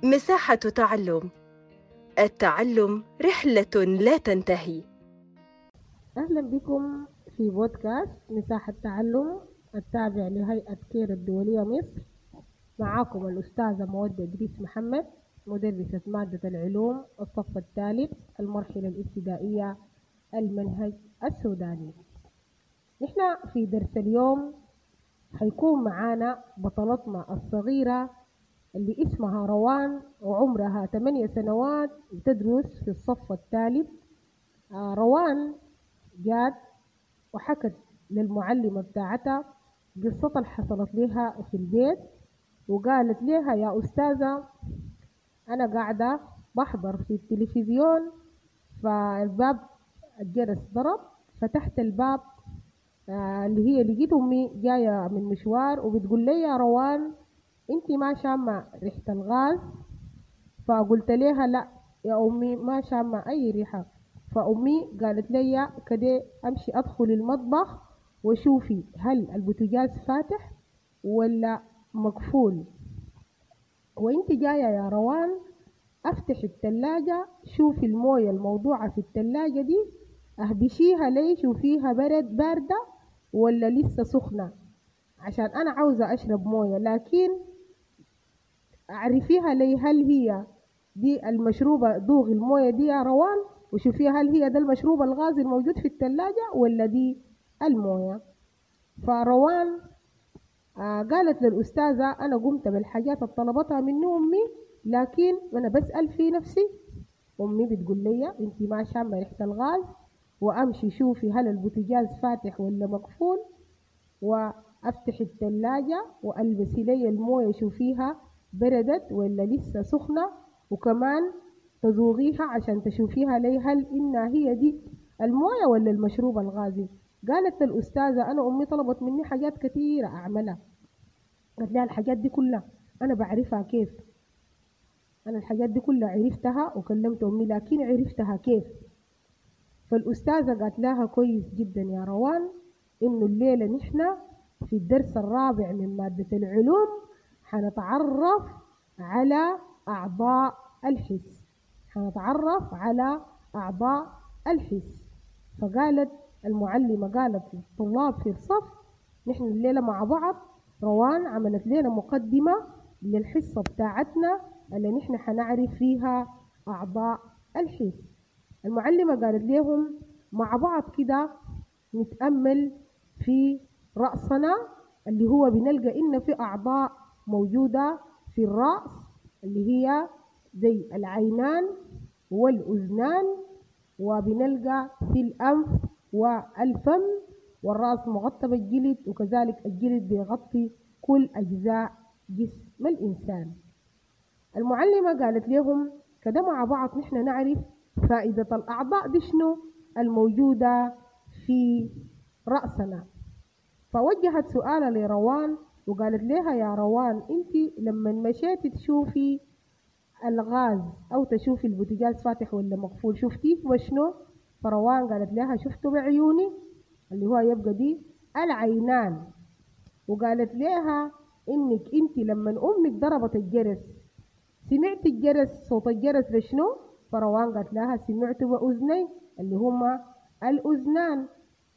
مساحة تعلم. التعلم رحلة لا تنتهي. أهلا بكم في بودكاست مساحة تعلم التابع لهيئة كير الدولية مصر. معاكم الأستاذة مودة إدريس محمد، مدرسة مادة العلوم الصف الثالث المرحلة الابتدائية المنهج السوداني. نحن في درس اليوم حيكون معانا بطلتنا الصغيرة اللي اسمها روان وعمرها 8 سنوات تدرس في الصف الثالث. روان جات وحكت للمعلمة بتاعتها قصة اللي حصلت لها في البيت، وقالت لها يا أستاذة أنا قاعدة بحضر في التلفزيون، فالباب الجرس ضرب، فتحت الباب اللي هي لقيت أمي جاية من مشوار وبتقول لي يا روان انتي ما شامة ريحة الغاز؟ فقلت لها لا يا أمي ما شامة أي ريحة. فأمي قالت لي كده أمشي أدخل المطبخ وشوفي هل البوتاجاز فاتح ولا مقفول، وانت جاية يا روان افتح التلاجة شوفي الموية الموضوعة في التلاجة دي اهبشيها لي شوفيها باردة ولا لسه سخنة، عشان انا عاوزة اشرب موية، لكن اعرفيها لي هل هي دي المشروبة دوغ الموية دي يا روان، وشوفيها هل هي ده المشروب الغازي الموجود في التلاجة ولا دي الموية. فروان قالت للأستاذة أنا قمت بالحاجات اللي طلبتها مني أمي، لكن أنا بسأل في نفسي. أمي بتقول لي أنت ما شامة ريحة الغاز، وأمشي شوفي هل البوتاجاز فاتح ولا مقفول، وأفتح التلاجة وألبسي لي الموية شوفيها بردت ولا لسه سخنة، وكمان تذوقيها عشان تشوفيها لي هل إنها هي دي الموية ولا المشروب الغازي. قالت الأستاذة أنا أمي طلبت مني حاجات كثيرة أعملها. قالت لها الحاجات دي كلها أنا بعرفها كيف؟ أنا الحاجات دي كلها عرفتها وكلمت أمي، لكن عرفتها كيف؟ فالأستاذة قالت لها كويس جدا يا روان، إنه الليلة نحن في الدرس الرابع من مادة العلوم حنتعرف على أعضاء الحس. حنتعرف على أعضاء الحس. فقالت المعلمة قالت للطلاب في الصف نحن الليلة مع بعض، روان عملت لنا مقدمة للحصة بتاعتنا اللي نحن حنعرف فيها أعضاء الحس. المعلمة قالت لهم مع بعض كده نتأمل في رأسنا، اللي هو بنلقى إن في أعضاء موجودة في الرأس اللي هي زي العينان والأذنان، وبنلقى في الأنف والفم، والرأس مغطى بالجلد، وكذلك الجلد بيغطي كل أجزاء جسم الإنسان. المعلمة قالت لهم كده مع بعض نحن نعرف فائدة الأعضاء دي شنو الموجودة في رأسنا. فوجهت سؤال لروان وقالت لها يا روان انت لما مشيتي تشوفي الغاز او تشوفي البوتاجاز فاتح ولا مقفول شفتيه وشنو؟ فروان قالت لها شفته بعيوني اللي هو يبقى دي العينان. وقالت لها انك انت لما امك ضربت الجرس سمعت الجرس صوت الجرس بشنو؟ فروان قالت لها سمعت بأذني اللي هما الأذنان.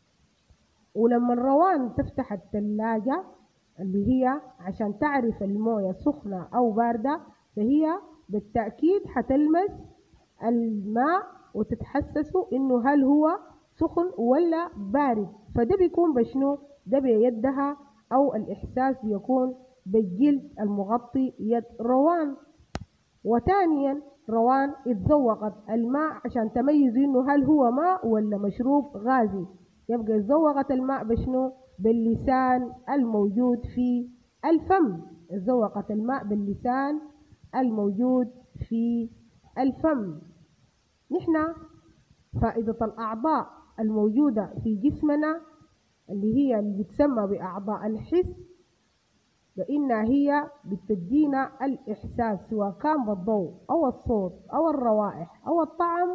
ولما روان تفتح الثلاجة اللي هي عشان تعرف الموية سخنة أو باردة، فهي بالتأكيد حتلمس الماء وتتحسسه إنه هل هو سخن ولا بارد، فده بيكون بشنو؟ ده بيدها أو الإحساس بيكون بالجلد المغطي يد روان. وثانيا روان اتذوقت الماء عشان تميز إنه هل هو ماء ولا مشروب غازي، يبقى اتذوقت الماء بشنو؟ باللسان الموجود في الفم. اتذوقت الماء باللسان الموجود في الفم. نحن فائدة الأعضاء الموجودة في جسمنا اللي هي اللي بتسمى بأعضاء الحس، فإنها هي بتدينا الإحساس سواء كان بالضوء أو الصوت أو الروائح أو الطعم،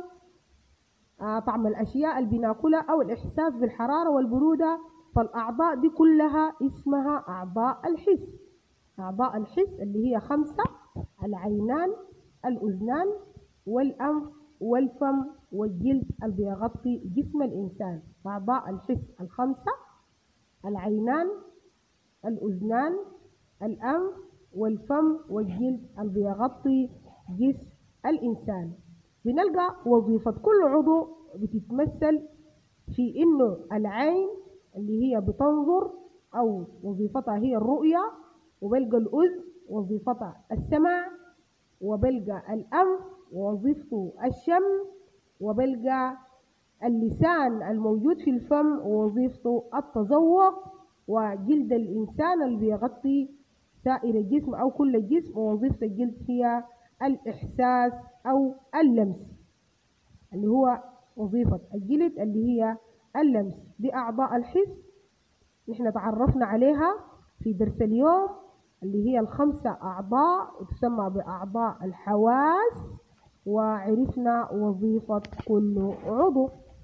طعم الأشياء اللي بناكلها، أو الإحساس بالحرارة والبرودة. فالأعضاء دي كلها اسمها أعضاء الحس. أعضاء الحس اللي هي 5 العينان، الأذنان، والأنف، والفم، والجلد اللي بيغطي جسم الإنسان. أعضاء الحس الخمسة: العينان، الأذنان، الأنف، والفم، والجلد اللي بيغطي جسم الإنسان. بنلقى وظيفة كل عضو بتتمثل في إنه العين اللي هي بتنظر أو وظيفتها هي الرؤية، وبلقى الأذن وظيفتها السمع، وبلقى الأنف ووظيفته الشم، وبلقى اللسان الموجود في الفم ووظيفته التذوق، وجلد الإنسان اللي بيغطي سائر الجسم أو كل الجسم ووظيفة الجلد هي الإحساس أو اللمس، اللي هو وظيفة الجلد اللي هي اللمس. دي أعضاء الحس نحن تعرفنا عليها في درس اليوم، اللي هي الخمسة أعضاء وتسمى بأعضاء الحواس، وعرفنا وظيفة كل عضو.